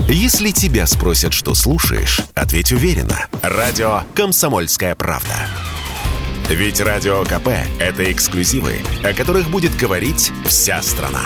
Если тебя спросят, что слушаешь, ответь уверенно. Радио «Комсомольская правда». Ведь Радио КП – это эксклюзивы, о которых будет говорить вся страна.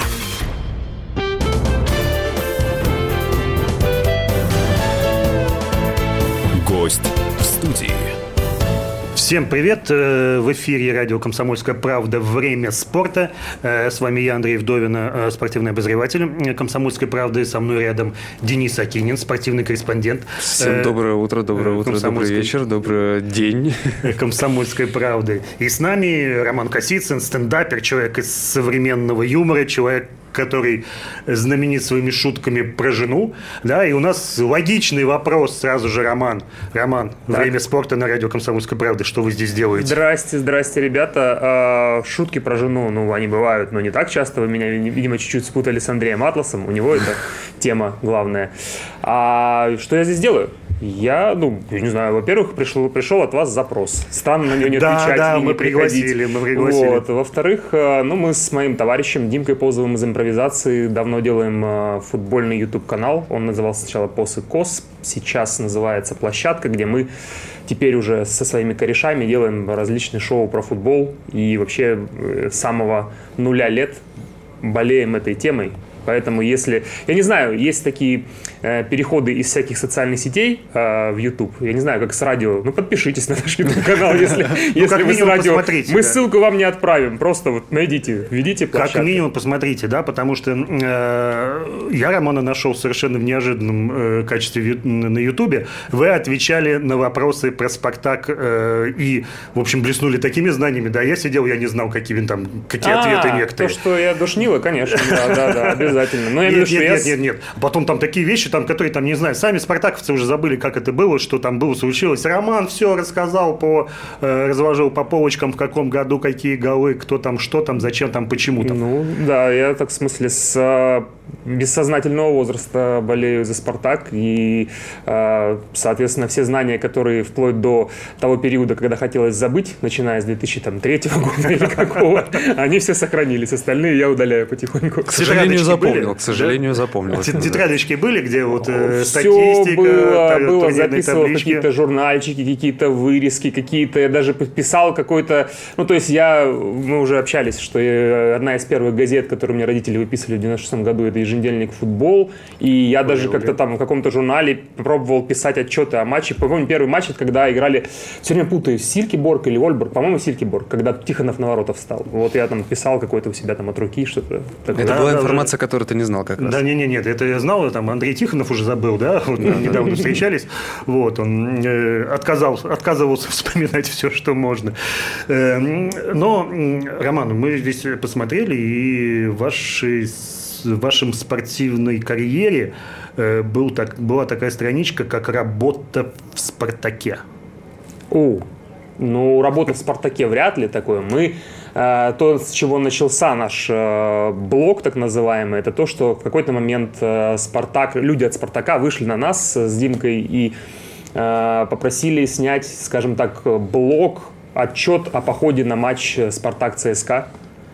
Гость в студии. Всем привет! В эфире радио «Комсомольская правда». Время спорта. С вами я, Андрей Вдовин, спортивный обозреватель «Комсомольской правды». Со мной рядом Денис Акинин, спортивный корреспондент. Всем доброе утро, добрый вечер, добрый день. «Комсомольской правды». И с нами Роман Косицын, стендапер, человек из современного юмора, человек, который знаменит своими шутками про жену. Да, и у нас логичный вопрос сразу же, Роман. Роман, время спорта на радио «Комсомольской правды». Что вы здесь делаете? Здрасте, ребята. Шутки про жену, они бывают, но не так часто. Вы меня, видимо, чуть-чуть спутали с Андреем Атласом. У него это тема главная. А что я здесь делаю? Я не знаю, во-первых, пришел от вас запрос. Стану на него не отвечать и не приходить. Мы пригласили. Вот. Во-вторых, мы с моим товарищем Димкой Ползовым из импровизации давно делаем футбольный YouTube-канал. Он назывался сначала «Пос и Кос», сейчас называется «Площадка», где мы теперь уже со своими корешами делаем различные шоу про футбол. И вообще с самого 0 лет болеем этой темой. Поэтому если... Я не знаю, есть такие переходы из всяких социальных сетей в YouTube. Я не знаю, как с радио. подпишитесь на наш YouTube-канал, если вы с радио. Мы ссылку вам не отправим. Просто найдите, введите площадку. Как минимум посмотрите, да, потому что я Романа нашел совершенно в неожиданном качестве на YouTube. Вы отвечали на вопросы про «Спартак» и, в общем, блеснули такими знаниями. Да, я сидел, я не знал, какие ответы некоторые. То, что я душнила, конечно, да, обязательно. Но Нет. Потом там такие вещи, которые, не знаю, сами спартаковцы уже забыли, как это было, что там случилось. Роман все рассказал, разложил по полочкам, в каком году, какие голы, кто там, что там, зачем там, почему там. Я так, в смысле, с бессознательного возраста болею за «Спартак», и, соответственно, все знания, которые вплоть до того периода, когда хотелось забыть, начиная с 2003 года или какого, они все сохранились. Остальные я удаляю потихоньку. К сожалению, запомнил. Тетрадочки были, где статистика, было записывал какие-то журнальчики, какие-то вырезки, какие-то, я даже подписал какой-то, мы уже общались, что одна из первых газет, которую мне родители выписывали в 96 году, это еженедельник «Футбол», и я даже как-то там в каком-то журнале пробовал писать отчеты о матче. По-моему, первый матч, это когда играли, все время путаю, Силькиборг или Вольборг, по-моему, Силькиборг, когда Тихонов на ворота встал. Вот я там писал какой-то у себя там от руки, что-то такое. Это была информация, которую ты не знал как раз. Да, нет, это я знал, Андрей Тихонов уже забыл, да, недавно встречались, он отказывался вспоминать все, что можно. Но, Роман, мы здесь посмотрели, и в вашем спортивной карьере была такая страничка, как «Работа в Спартаке». Работа в «Спартаке» вряд ли такое. То, с чего начался наш блог, так называемый, это то, что в какой-то момент люди от «Спартака» вышли на нас с Димкой и попросили снять, скажем так, блог, отчет о походе на матч «Спартак-ЦСКА».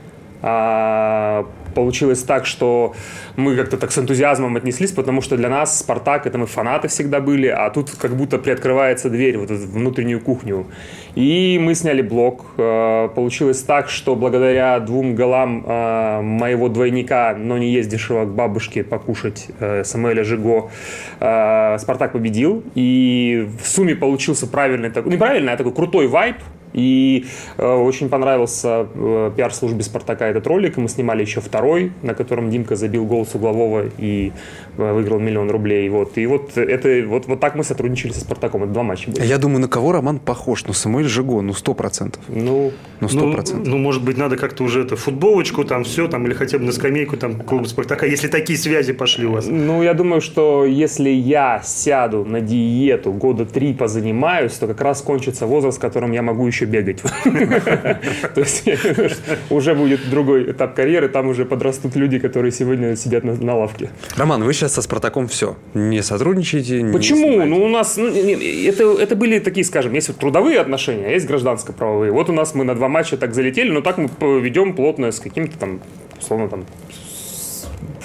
Получилось так, что мы как-то так с энтузиазмом отнеслись, потому что для нас «Спартак» — это мы фанаты всегда были, а тут как будто приоткрывается дверь в внутреннюю кухню. И мы сняли блог. Получилось так, что благодаря 2 голам моего двойника, но не ездившего к бабушке покушать, Самуэля Жиго, «Спартак» победил. И в сумме получился такой крутой вайб. И очень понравился пиар-службе «Спартака» этот ролик. Мы снимали еще второй, на котором Димка забил гол с углового и выиграл 1 000 000 рублей. И так мы сотрудничали со «Спартаком». Это 2 матча было. Я думаю, на кого Роман похож? Самуэль Жиго, 100%. 100%. Может быть, надо как-то уже футболочку, или хотя бы на скамейку клуба «Спартака», если такие связи пошли у вас. Я думаю, что если я сяду на диету, 3 года позанимаюсь, то как раз кончится возраст, в котором я могу еще бегать. То есть уже будет другой этап карьеры, там уже подрастут люди, которые сегодня сидят на лавке. Роман, вы сейчас со «Спартаком» все, не сотрудничаете? Почему? У нас это были такие, скажем, есть трудовые отношения, а есть гражданско-правовые. У нас мы на 2 матча так залетели, но так мы ведем плотно с каким-то условно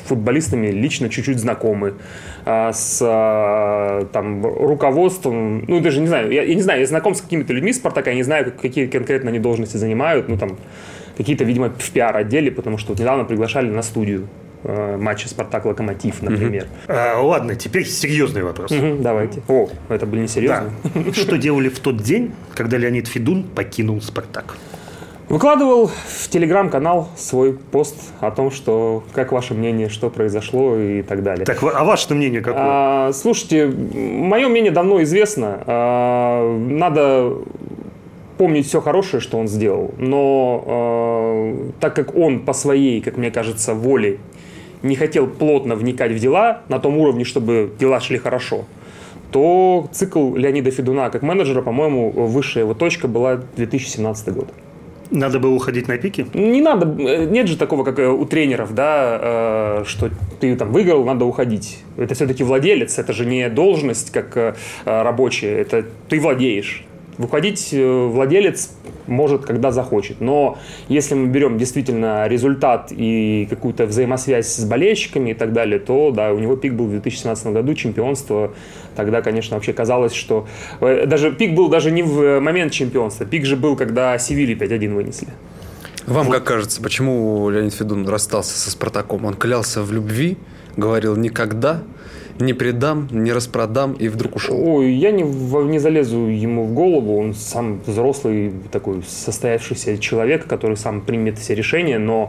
футболистами лично чуть-чуть знакомы, с там, руководством, ну, даже не знаю, я не знаю, я знаком с какими-то людьми Спартака, я не знаю, какие конкретно они должности занимают, ну, там, какие-то, видимо, в пиар-отделе, потому что вот недавно приглашали на студию матча «Спартак-Локомотив», например. Ладно, теперь серьезный вопрос. Давайте. О, это были несерьезные. Да. Что делали в тот день, когда Леонид Федун покинул «Спартак»? Выкладывал в телеграм-канал свой пост о том, что как ваше мнение, что произошло и так далее. Так, а ваше мнение какое? Слушайте, мое мнение давно известно. Надо помнить все хорошее, что он сделал. Но так как он по своей, как мне кажется, воле не хотел плотно вникать в дела на том уровне, чтобы дела шли хорошо, то цикл Леонида Федуна как менеджера, по-моему, высшая его точка была 2017 год. Надо было уходить на пике? Не надо, нет же такого, как у тренеров, да, что ты там выиграл, надо уходить. Это все-таки владелец, это же не должность как рабочая, это ты владеешь. Уходить владелец может, когда захочет. Но если мы берем действительно результат и какую-то взаимосвязь с болельщиками и так далее, то да, у него пик был в 2017 году, чемпионство. Тогда, конечно, вообще казалось, что... Даже пик был даже не в момент чемпионства. Пик же был, когда Севилью 5-1 вынесли. Вам как кажется, почему Леонид Федун расстался со «Спартаком»? Он клялся в любви, говорил «никогда», не предам, не распродам, и вдруг ушел. Ой, я не залезу ему в голову. Он сам взрослый, такой состоявшийся человек, который сам примет все решения. Но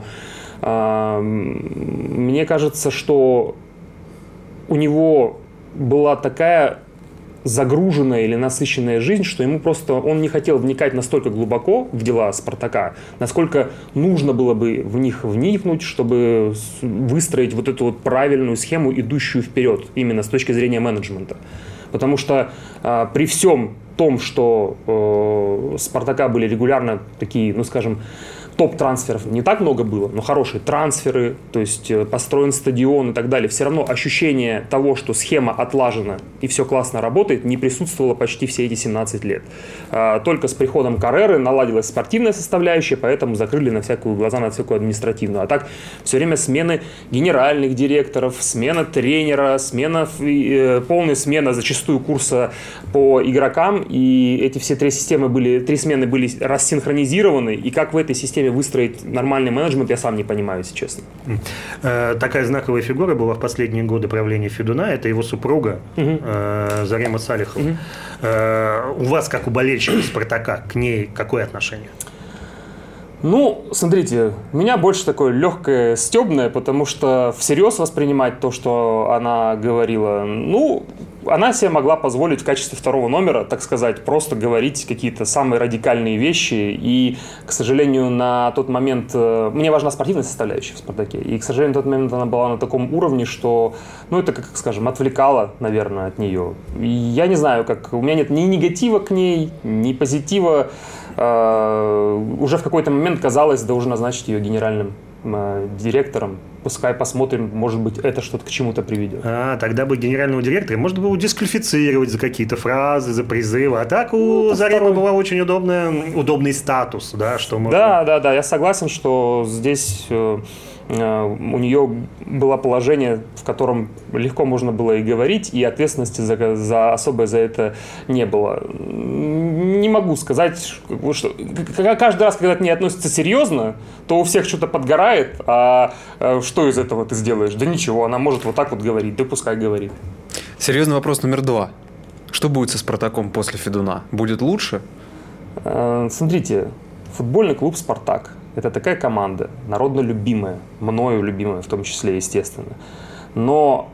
мне кажется, что у него была такая загруженная или насыщенная жизнь, что ему просто он не хотел вникать настолько глубоко в дела «Спартака», насколько нужно было бы в них вникнуть, чтобы выстроить вот эту вот правильную схему, идущую вперед, именно с точки зрения менеджмента. Потому что при всем том, что «Спартака» были регулярно такие, ну скажем, топ-трансферов не так много было, но хорошие трансферы, то есть построен стадион и так далее. Все равно ощущение того, что схема отлажена и все классно работает, не присутствовало почти все эти 17 лет. Только с приходом Карреры наладилась спортивная составляющая, поэтому закрыли глаза на всякую административную. А так все время смены генеральных директоров, смена тренера, полная смена зачастую курса по игрокам. И эти все три смены были рассинхронизированы. И как в этой системе выстроить нормальный менеджмент, я сам не понимаю, если честно. Такая знаковая фигура была в последние годы правления Федуна. Это его супруга Зарема Салихова. У вас, как у болельщика «Спартака», к ней какое отношение? Ну, смотрите, у меня больше такое легкое, стебное, потому что всерьез воспринимать то, что она говорила, ну, она себе могла позволить в качестве второго номера, так сказать, просто говорить какие-то самые радикальные вещи. И, к сожалению, на тот момент... Мне важна спортивная составляющая в «Спартаке». И, к сожалению, на тот момент она была на таком уровне, что, ну, это, как скажем, отвлекало, наверное, от нее. И я не знаю, как... У меня нет ни негатива к ней, ни позитива. Уже в какой-то момент казалось, должен назначить ее генеральным директором. Пускай посмотрим, может быть, это что-то к чему-то приведет. Тогда бы генерального директора можно было дисквалифицировать за какие-то фразы, за призывы. А так у Заремы была очень удобный статус. Да, что можно... Да, я согласен, что здесь у нее было положение, в котором легко можно было и говорить, и ответственности особой за это не было. Не могу сказать, что каждый раз, когда к ней относятся серьезно, то у всех что-то подгорает, а что из этого ты сделаешь? Да ничего, она может вот так вот говорить, да пускай говорит. Серьезный вопрос номер 2. Что будет со «Спартаком» после Федуна? Будет лучше? Смотрите, футбольный клуб «Спартак» — это такая команда, народно любимая, мною любимая в том числе, естественно. Но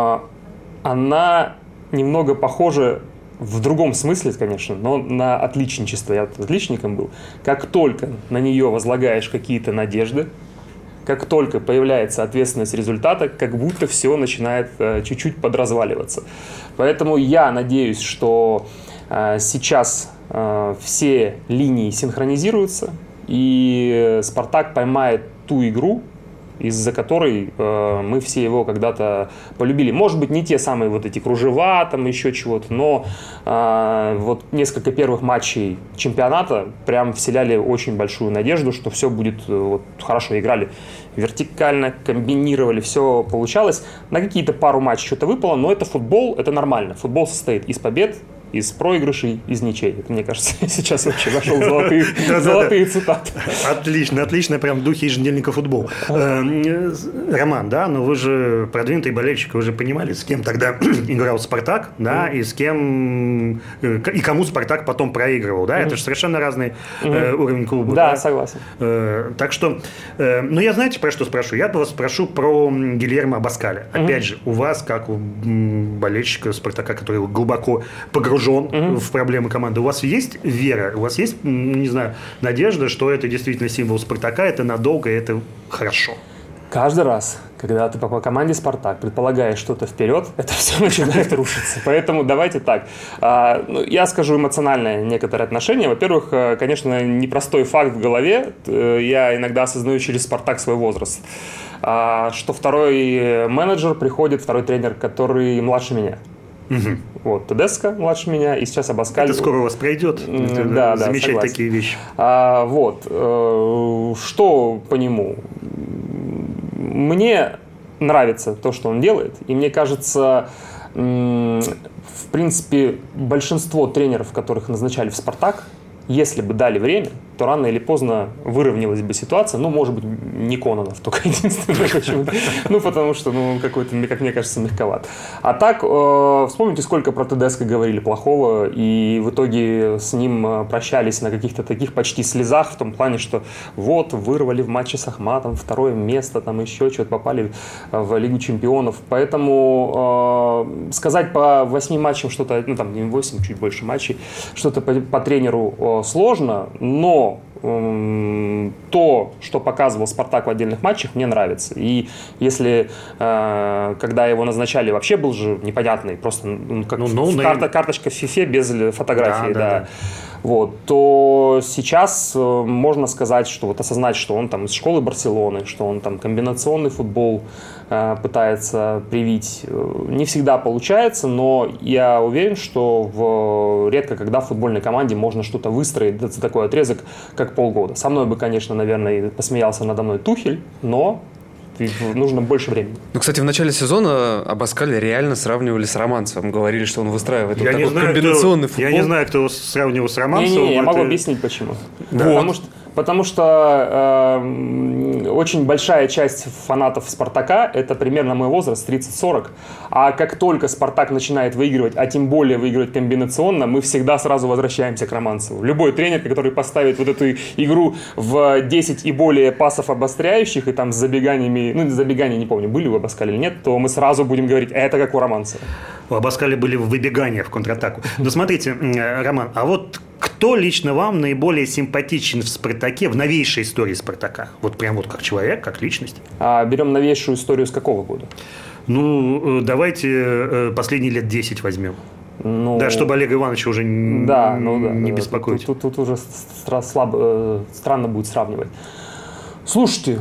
она немного похожа в другом смысле, конечно, но на отличничество. Я отличником был. Как только на нее возлагаешь какие-то надежды, как только появляется ответственность результата, как будто все начинает чуть-чуть подразваливаться. Поэтому я надеюсь, что сейчас все линии синхронизируются, и «Спартак» поймает ту игру, из-за которой мы все его когда-то полюбили. Может быть, не те самые вот эти кружева, там еще чего-то, но вот несколько первых матчей чемпионата прям вселяли очень большую надежду, что все будет вот, хорошо. Играли вертикально комбинировали, все получалось. На какие-то пару матчей что-то выпало, но это футбол, это нормально. Футбол состоит из побед, из проигрышей, из ничей. Это, мне кажется, сейчас вообще нашел золотые цитаты. Отлично, прям в духе еженедельника «Футбол». Роман, да, но вы же продвинутый болельщик, вы же понимали, с кем тогда играл «Спартак», да, и с кем, и кому «Спартак» потом проигрывал, да, это же совершенно разный уровень клуба. Да, согласен. Так что, ну, я знаете, про что спрошу? Я вас спрошу про Гильермо Абаскаля. Опять же, у вас, как у болельщика «Спартака», который глубоко погружен в проблемы команды. У вас есть вера, у вас есть, не знаю, надежда, что это действительно символ «Спартака», это надолго, это хорошо? Каждый раз, когда ты по команде «Спартак» предполагаешь что-то вперед, это все начинает рушиться. Поэтому давайте так. Я скажу эмоциональное некоторое отношение. Во-первых, конечно, непростой факт в голове. Я иногда осознаю через «Спартак» свой возраст. Что второй менеджер приходит, второй тренер, который младше меня. Угу. Вот, Тедеско младше меня, и сейчас Абаскаль. Это скоро у вас пройдет, да, замечать согласен. такие вещи. Что по нему? Мне нравится то, что он делает, и мне кажется, в принципе, большинство тренеров, которых назначали в «Спартак», если бы дали время, то рано или поздно выровнялась бы ситуация. Ну, может быть, не Кононов, только единственное почему-то. Ну, потому что, какой-то, как мне кажется, мягковат. А так, вспомните, сколько про Тедеско говорили плохого, и в итоге с ним прощались на каких-то таких почти слезах, в том плане, что вот, вырвали в матче с Ахматом второе место, там еще что-то, попали в Лигу чемпионов. Поэтому сказать по 8 матчам что-то, там не 8, чуть больше матчей, что-то по тренеру сложно, но то, что показывал «Спартак» в отдельных матчах, мне нравится. И если, когда его назначали, вообще был же непонятный, просто карточка в FIFA без фотографии, да. Вот, то сейчас можно сказать, что вот осознать, что он там из школы Барселоны, что он там комбинационный футбол пытается привить. Не всегда получается, но я уверен, что редко когда в футбольной команде можно что-то выстроить за такой отрезок, как полгода. Со мной бы, конечно, наверное, посмеялся надо мной Тухель, но нужно больше времени. Ну, кстати, в начале сезона Абаскаля реально сравнивали с Романцевым. Говорили, что он выстраивает такой комбинационный футбол. Я не знаю, кто его сравнивал с Романцевым. Я могу объяснить, почему. Да. Потому что очень большая часть фанатов «Спартака» — это примерно мой возраст, 30-40. А как только «Спартак» начинает выигрывать, а тем более выигрывать комбинационно, мы всегда сразу возвращаемся к Романцеву. Любой тренер, который поставит вот эту игру в 10 и более пасов обостряющих и там с забеганиями, забегания не помню, были у Абаскаля или нет, то мы сразу будем говорить, это как у Романцева. У Абаскаля были выбегания в контратаку. Но смотрите, Роман, а вот кто лично вам наиболее симпатичен в «Спартаке», в новейшей истории «Спартака»? Вот прям вот как человек, как личность. Берем новейшую историю с какого года? Давайте последние лет 10 возьмем. Да, чтобы Олега Ивановича уже не беспокоить. Тут уже странно будет сравнивать. Слушайте,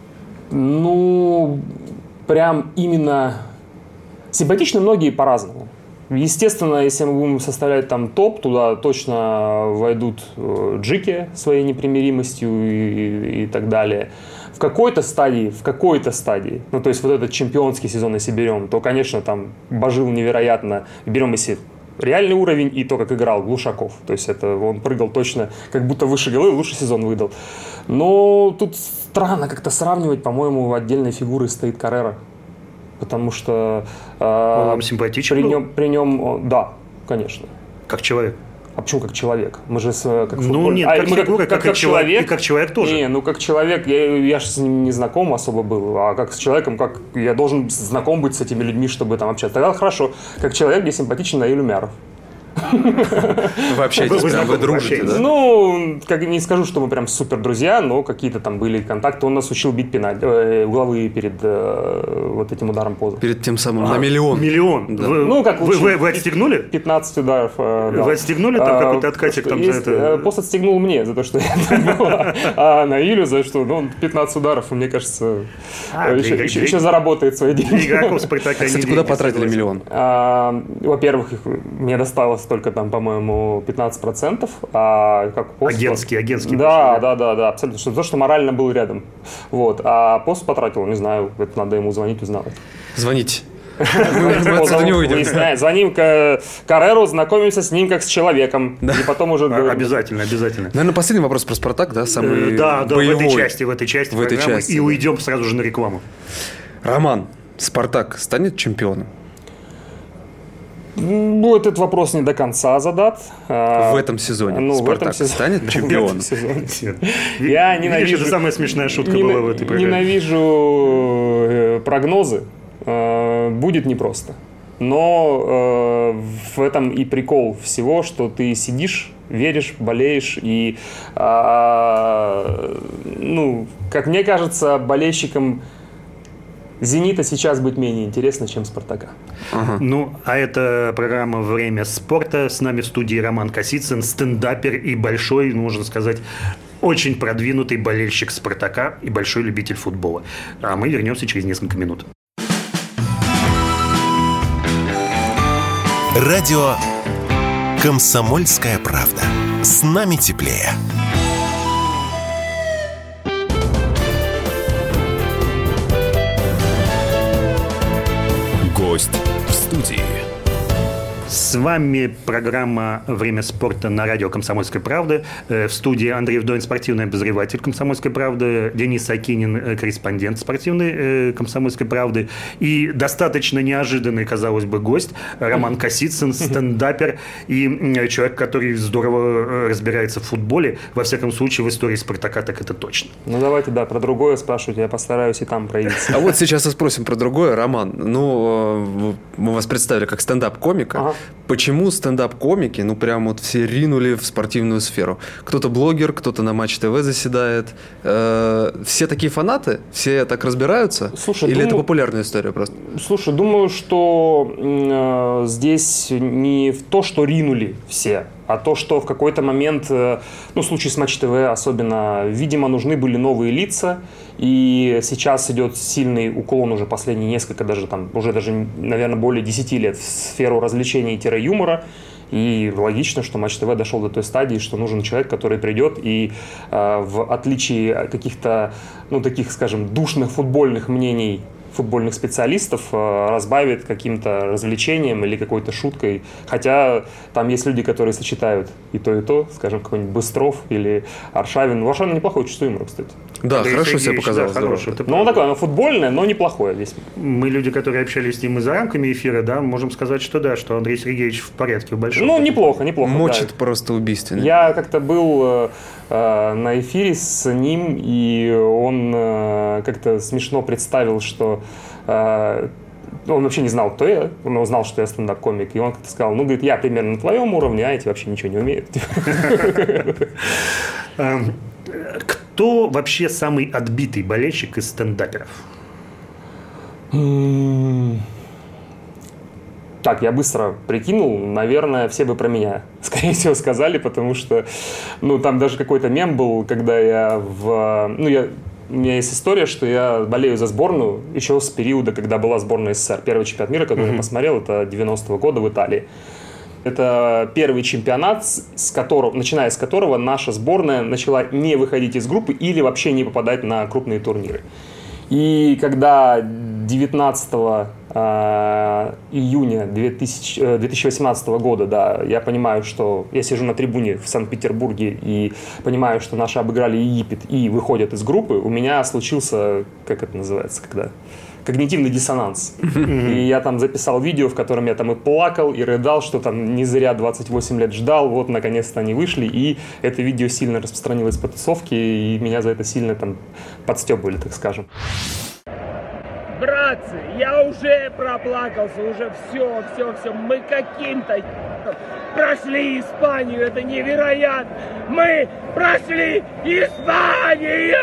прям именно симпатичны многие по-разному. Естественно, если мы будем составлять там топ, туда точно войдут Джики своей непримиримостью и так далее. В какой-то стадии, то есть вот этот чемпионский сезон, если берем, то, конечно, там Бажил невероятно. Берем, если реальный уровень и то, как играл Глушаков. То есть это он прыгал точно, как будто выше головы, лучший сезон выдал. Но тут странно как-то сравнивать, по-моему, отдельной фигурой стоит Каррера. Потому что он вам симпатичен при нем, да, конечно. Как человек? А почему как человек? Мы же как футбол... нет, как фигура, как человек. И как человек тоже. Как человек, я же с ним не знаком особо был, а как с человеком, как я должен знаком быть с этими людьми, чтобы там общаться. Тогда хорошо. Как человек мне симпатичен Наиль Умяров. Вы общаетесь, вы дружите, да? Не скажу, что мы прям супер друзья, но какие-то там были контакты. Он нас учил бить угловые перед вот этим ударом поза. Перед тем самым на миллион. Миллион? Да. Вы отстегнули? 15 ударов. Вы отстегнули там какой-то откатик? Там за это? Пост отстегнул мне за то, что я был, а Наилю за что? 15 ударов, мне кажется, еще заработает свои деньги. Игроков «Спартака». Кстати, куда потратили миллион? Во-первых, мне досталось только там, по-моему, 15%, а как пост... Агентский. Да, абсолютно. То, что морально был рядом. Вот. А пост потратил, не знаю, это надо ему звонить, узнавать. Звоните. Мы отсюда не уйдем. Звоним Карреру, знакомимся с ним как с человеком. И потом уже... Обязательно. Наверное, последний вопрос про «Спартак», да? Самый боевой. В этой части программы. И уйдем сразу же на рекламу. Роман, «Спартак» станет чемпионом? Ну, этот вопрос не до конца задат. В этом сезоне «Спартак» станет чемпионом? Я ненавижу... Это самая смешная шутка была в этой программе. Ненавижу прогнозы. Будет непросто. Но в этом и прикол всего, что ты сидишь, веришь, болеешь. И, как мне кажется, болельщикам «Зенита» сейчас будет менее интересно, чем «Спартака». Ну, а это программа «Время спорта». С нами в студии Роман Косицын, стендапер и большой, можно сказать, очень продвинутый болельщик «Спартака» и большой любитель футбола. А мы вернемся через несколько минут. Радио «Комсомольская правда». С нами теплее. Гость в студии. С вами программа «Время спорта» на радио «Комсомольская правда». В студии Андрей Вдовин, спортивный обозреватель «Комсомольской правды», Денис Акинин, корреспондент спортивной «Комсомольской правды». И достаточно неожиданный, казалось бы, гость Роман Косицын, стендапер и человек, который здорово разбирается в футболе. Во всяком случае, в истории «Спартака» так это точно. Ну, давайте, про другое спрашивать. Я постараюсь и там проявиться. А вот сейчас и спросим про другое. Роман, мы вас представили как стендап-комика. Ага. Почему стендап-комики, прям вот все ринули в спортивную сферу? Кто-то блогер, кто-то на Матч ТВ заседает. Все такие фанаты? Все так разбираются? Слушай, Или это популярная история просто? Слушай, думаю, что здесь не в то, что ринули все, а то, что в какой-то момент, в случае с Матч ТВ особенно, видимо, нужны были новые лица, и сейчас идет сильный уклон уже последние несколько, даже, наверное, более 10 лет в сферу развлечений-юмора, и логично, что Матч ТВ дошел до той стадии, что нужен человек, который придет и в отличие от каких-то, таких, скажем, душных футбольных мнений футбольных специалистов разбавит каким-то развлечением или какой-то шуткой. Хотя там есть люди, которые сочетают и то, скажем, какой-нибудь Быстров или Аршавин. У Аршавина неплохое чувство юмора, кстати. Да, хорошо себя показал. Да, оно такое, оно футбольное, но неплохое весьма. Мы, люди, которые общались с ним и за рамками эфира, можем сказать, что Андрей Сергеевич в порядке, в большом. Неплохо. Мочит просто убийственно. Я как-то был на эфире с ним, и он как-то смешно представил, что он вообще не знал, кто я, он узнал, что я стендап-комик, и он как-то сказал, говорит, я примерно на твоем уровне, а эти вообще ничего не умеют. Кто вообще самый отбитый болельщик из стендаперов? Так, я быстро прикинул, наверное, все бы про меня, скорее всего, сказали, потому что, там даже какой-то мем был, когда у меня есть история, что я болею за сборную еще с периода, когда была сборная СССР. Первый чемпионат мира, который я посмотрел, это 90-го года в Италии. Это первый чемпионат, начиная с которого наша сборная начала не выходить из группы или вообще не попадать на крупные турниры. И когда 19 июня 2018 года, я понимаю, что я сижу на трибуне в Санкт-Петербурге и понимаю, что наши обыграли Египет и выходят из группы, у меня случился, как это называется, когнитивный диссонанс. И я там записал видео, в котором я там и плакал, и рыдал, что там не зря 28 лет ждал, вот наконец-то они вышли, и это видео сильно распространилось по тусовке, и меня за это сильно там подстебывали, так скажем. Братцы, я уже проплакался, уже все, мы каким-то прошли Испанию, это невероятно, мы прошли Испанию!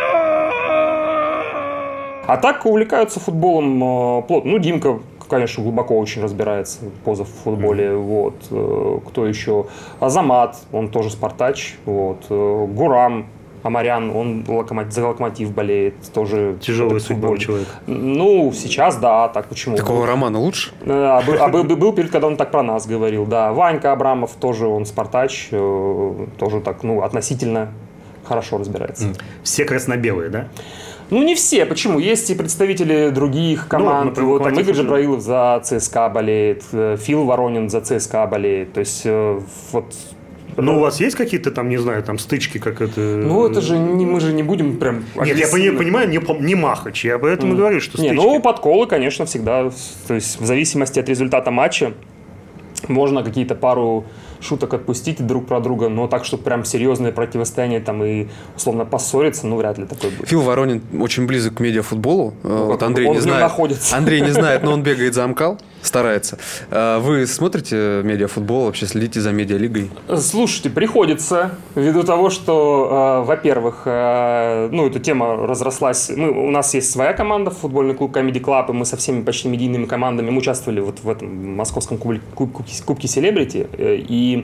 А так увлекаются футболом плотно. Димка, конечно, глубоко очень разбирается в футболе. Кто еще? Азамат, он тоже спартач. Гурам, Амарян, он за Локомотив болеет, тоже тяжелая судьба человек. Ну, сейчас, да, так почему? Такого Романа лучше? Был период, когда он так про нас говорил, да. Ванька Абрамов тоже, он спартач, тоже так, ну, относительно хорошо разбирается. Все красно-белые, да? Ну, не все. Почему? Есть и представители других команд. Ну, там Игорь Джабраилов за ЦСКА болеет, Фил Воронин за ЦСКА болеет. То есть, вот... Ну, у вас есть какие-то там, не знаю, там стычки, как это... Ну, это же мы же не будем прям... Нет, я понимаю, не Махач, я об этом и говорю, что стычки. Ну, подколы, конечно, всегда. То есть, в зависимости от результата матча можно какие-то пару шуток отпустить друг про друга, но так, чтобы прям серьезное противостояние там и условно поссориться, ну, вряд ли такое будет. Фил Воронин очень близок к медиафутболу. Вот Андрей не знает. Андрей не знает, но он бегает за Амкал, старается. Вы смотрите медиафутбол, вообще следите за медиалигой? Слушайте, приходится, ввиду того, что, во-первых, ну, эта тема разрослась. У нас есть своя команда, футбольный клуб Comedy Club, и мы со всеми почти медийными командами мы участвовали вот в этом московском кубке Селебрити, и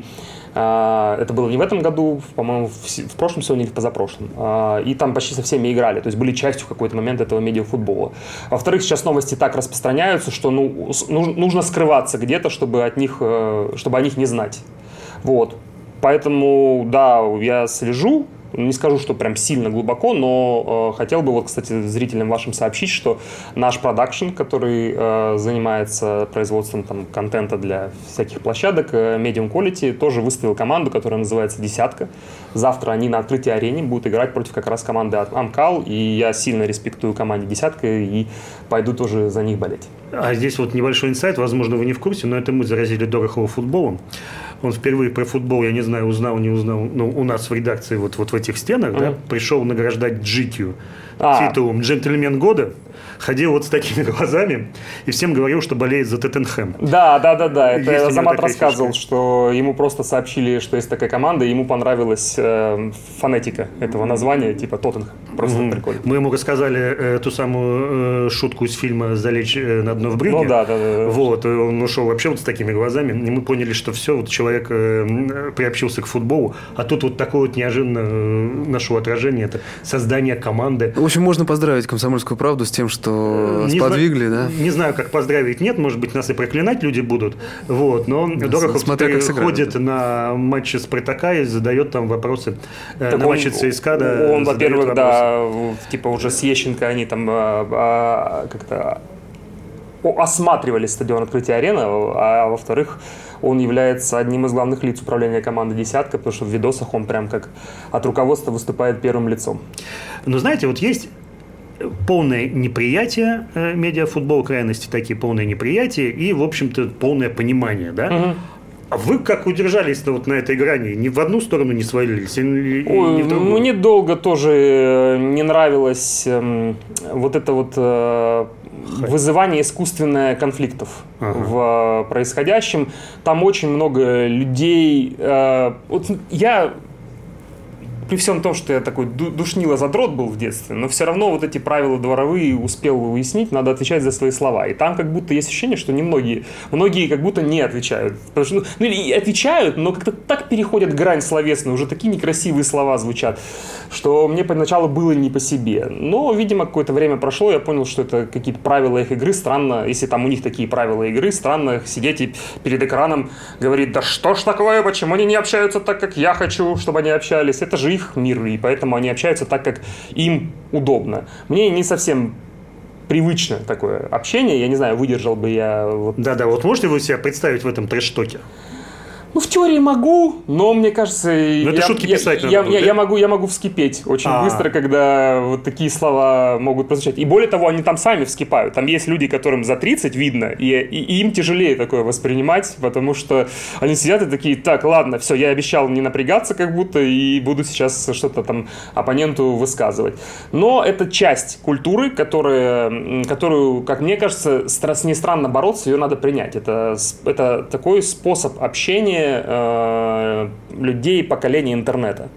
это было не в этом году, по-моему, в прошлом сезоне или в позапрошлом. И там почти со всеми играли, то есть были частью в какой-то момент этого медиафутбола. Во-вторых, сейчас новости так распространяются, что нужно скрываться где-то, чтобы о них не знать. Вот. Поэтому, да, я слежу. Не скажу, что прям сильно глубоко, но хотел бы, вот, кстати, зрителям вашим сообщить, что наш продакшн, который занимается производством там, контента для всяких площадок, Medium Quality, тоже выставил команду, которая называется «Десятка». Завтра они на открытой арене будут играть против как раз команды Амкал, и я сильно респектую команде «Десятка» и пойду тоже за них болеть. А здесь вот небольшой инсайт, возможно, вы не в курсе, но это мы заразили Дорохова футболом. Он впервые про футбол, я не знаю, узнал, не узнал, но у нас в редакции вот в этих стенах, да, пришел награждать GQ титулом «Джентльмен года», ходил вот с такими глазами и всем говорил, что болеет за Тоттенхэм. Да. Это Азамат рассказывал, что ему просто сообщили, что есть такая команда, и ему понравилась фонетика этого названия, типа Тоттенхэм. Просто прикольно. Мы ему рассказали ту самую шутку из фильма «Залечь на дно в брюге». Ну да. Вот, он ушел вообще вот с такими глазами, и мы поняли, что все, вот человек приобщился к футболу, а тут вот такое вот неожиданно нашло отражение, это создание команды. В общем, можно поздравить «Комсомольскую правду» с тем, что сподвигли, да? Не знаю, как поздравить, нет, может быть, нас и проклинать люди будут, вот, но Дорохов ходит на матчи Спартака и задает там вопросы на матче ЦСКА. Он, во-первых, да, типа уже с Ещенко они там как-то осматривали стадион открытия арены, а во-вторых, он является одним из главных лиц управления команды «Десятка», потому что в видосах он прям как от руководства выступает первым лицом. Но знаете, вот есть полное неприятие медиафутбола, крайности такие, полное неприятие и, в общем-то, полное понимание, да? А вы как удержались-то вот на этой грани? Ни в одну сторону не свалились? Ни в другую? Мне долго тоже не нравилось вот это вот вызывание искусственных конфликтов в происходящем. Там очень много людей. Вот я... При всем том, что я такой душнило-задрот был в детстве, но все равно вот эти правила дворовые успел уяснить, надо отвечать за свои слова. И там как будто есть ощущение, что многие как будто не отвечают. Потому что, или отвечают, но как-то так переходят грань словесную, уже такие некрасивые слова звучат, что мне поначалу было не по себе. Но, видимо, какое-то время прошло, я понял, что это какие-то правила их игры. Странно, если там у них такие правила игры, странно сидеть и перед экраном говорить: да что ж такое, почему они не общаются так, как я хочу, чтобы они общались? Это же их мир, и поэтому они общаются так, как им удобно. Мне не совсем привычно такое общение, я не знаю, выдержал бы я... Да-да, вот можете вы себя представить в этом трэш-токе? Ну, в теории могу, но мне кажется... это шутки писать надо. Я могу вскипеть очень быстро, когда вот такие слова могут прозвучать. И более того, они там сами вскипают. Там есть люди, которым за 30 видно, и им тяжелее такое воспринимать, потому что они сидят и такие: так, ладно, все, я обещал не напрягаться как будто, и буду сейчас что-то там оппоненту высказывать. Но это часть культуры, которую, как мне кажется, не странно бороться, ее надо принять. Это такой способ общения людей поколения интернета.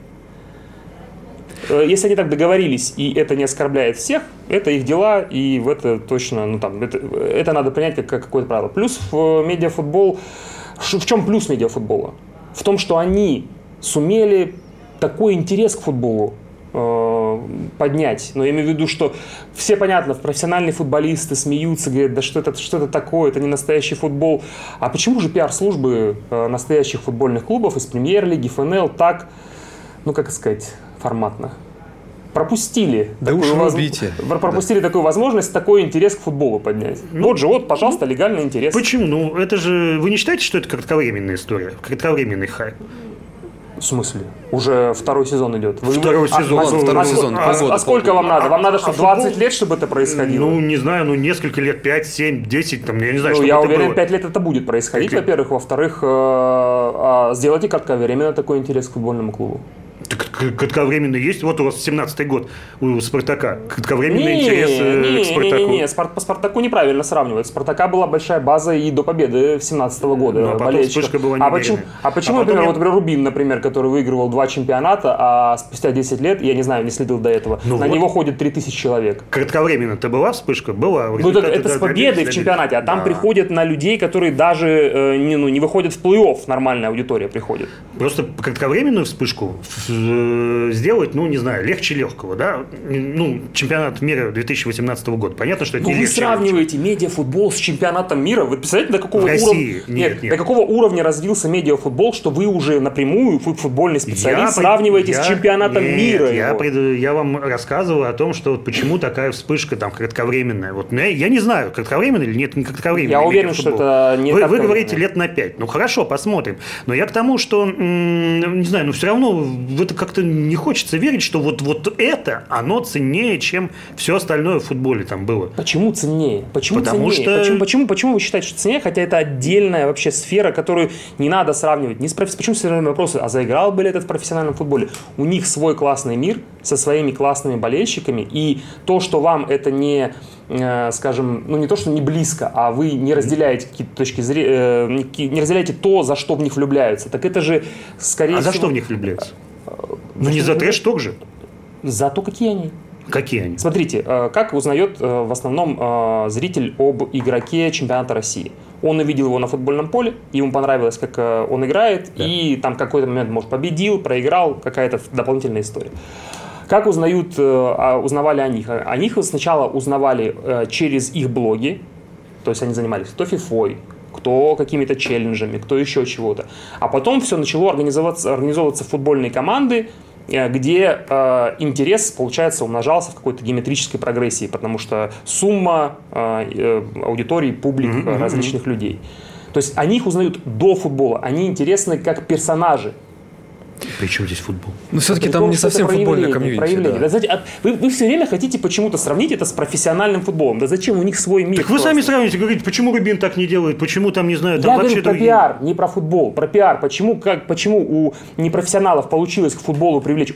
Если они так договорились, и это не оскорбляет всех, это их дела, и в это точно, это надо принять как какое-то правило. Плюс в медиафутбол... В чем плюс медиафутбола? В том, что они сумели такой интерес к футболу поднять. Но я имею в виду, что все, понятно, профессиональные футболисты смеются, говорят, да что это такое, это не настоящий футбол. А почему же пиар-службы настоящих футбольных клубов из премьер-лиги, ФНЛ так, как сказать, форматно пропустили, такую возможность, такой интерес к футболу поднять? Пожалуйста, легальный интерес. Почему? Это же... Вы не считаете, что это кратковременная история? Кратковременный хайп? В смысле? Уже второй сезон идет. Второй сезон. А сколько вам надо? Вам надо, чтобы 20 лет, чтобы это происходило? Не знаю, несколько лет, 5, 7, 10, я не знаю, что я это уверен, было. 5 лет это будет происходить, во-первых. Во-вторых, сделайте кратковременно такой интерес к футбольному клубу. Кратковременно есть. Вот у вас 17-й год у «Спартака». Кратковременный интерес к «Спартаку». Нет, по «Спартаку» неправильно сравнивать. «Спартака» была большая база и до победы 17-го года. А потом вспышка была немеренная. Почему, например, Рубин, например, который выигрывал 2 чемпионата, а спустя 10 лет, я не знаю, не следил до этого, на него ходит 3000 человек. Кратковременно-то была вспышка? Была. Это с победой в чемпионате, а там приходят на людей, которые даже не выходят в плей-офф, нормальная аудитория приходит. Просто кратковременную вспышку сделать, не знаю, легче легкого, да? Чемпионат мира 2018 года. Понятно, что это не легче. Вы сравниваете медиафутбол с чемпионатом мира? Вы представляете, до какого уровня развился медиафутбол, что вы уже напрямую, футбольный специалист, сравниваете с чемпионатом мира? Я вам рассказываю о том, что почему такая вспышка там кратковременная. Я не знаю, кратковременная или нет, не кратковременная. Я уверен, что это не Вы говорите лет на 5. Хорошо, посмотрим. Но я к тому, что, не знаю, все равно в это как-то не хочется верить, что вот это, оно ценнее, чем все остальное в футболе там было. Почему ценнее? Почему вы считаете, что ценнее, хотя это отдельная вообще сфера, которую не надо сравнивать? Почему сравниваем вопросы? А заиграл бы ли этот в профессиональном футболе? У них свой классный мир со своими классными болельщиками, и то, что вам это не, скажем, не то, что не близко, а вы не разделяете какие-то точки зрения, не разделяете то, за что в них влюбляются, так это же, скорее всего... за что в них влюбляются? Не за трэш-ток же? За то, какие они. Какие они? Смотрите, как узнает в основном зритель об игроке чемпионата России. Он увидел его на футбольном поле, ему понравилось, как он играет, и там какой-то момент, может, победил, проиграл, какая-то дополнительная история. Как узнавали о них? О них сначала узнавали через их блоги, то есть они занимались кто фифой, кто какими-то челленджами, кто еще чего-то. А потом все начало организовываться футбольные команды, где интерес, получается, умножался в какой-то геометрической прогрессии, потому что сумма аудитории, публик различных людей. То есть они их узнают до футбола, они интересны как персонажи. Причем здесь футбол? Все-таки там не совсем футбольное комьюнити. Да, знаете, вы все время хотите почему-то сравнить это с профессиональным футболом. Да зачем? У них свой мир. Так вы сами сравните, говорите, почему Рубин так не делает, почему там, не знаю, там я вообще говорю про пиар, не про футбол, про пиар. Почему у непрофессионалов получилось к футболу привлечь,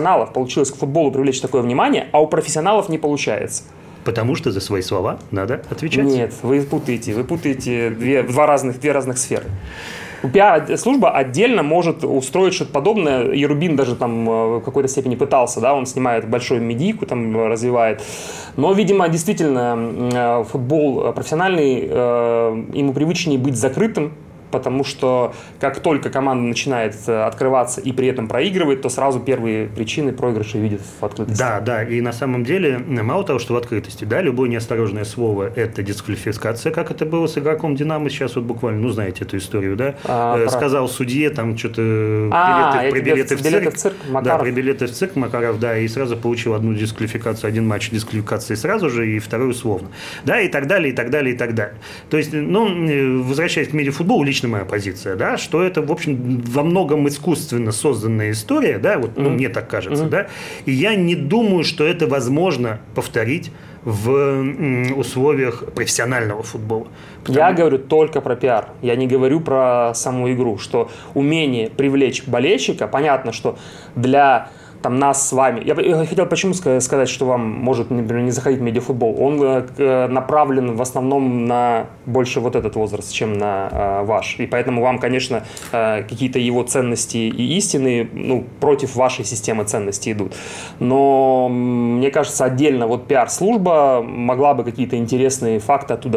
такое внимание, а у профессионалов не получается? Потому что за свои слова надо отвечать. Нет, вы путаете две разных сферы. Пиар-служба отдельно может устроить что-то подобное, и Рубин даже там в какой-то степени пытался, да, он снимает большую медийку, там развивает. Но, видимо, действительно, футбол профессиональный, ему привычнее быть закрытым, потому что как только команда начинает открываться и при этом проигрывает, то сразу первые причины проигрыша видят в открытости. Да, и на самом деле, мало того, что в открытости, да, любое неосторожное слово – это дисквалификация, как это было с игроком «Динамо», сейчас вот буквально, знаете эту историю, да, сказал судье, там что-то билеты в цирк, Макаров. Да, билеты в цирк Макаров, да, и сразу получил одну дисквалификацию, один матч дисквалификации сразу же, и второй условно, да, и так далее, и так далее, и так далее. То есть, возвращаясь к медиафутболу, лично моя позиция, да, что это, в общем, во многом искусственно созданная история, да, вот, мне так кажется, да, и я не думаю, что это возможно повторить в условиях профессионального футбола. Я говорю только про пиар, я не говорю про саму игру, что умение привлечь болельщика, понятно, что для нас с вами. Я хотел почему сказать, что вам может, например, не заходить медиафутбол. Он направлен в основном на больше вот этот возраст, чем на ваш. И поэтому вам, конечно, какие-то его ценности и истины против вашей системы ценностей идут. Но мне кажется, отдельно вот пиар-служба могла бы какие-то интересные факты оттуда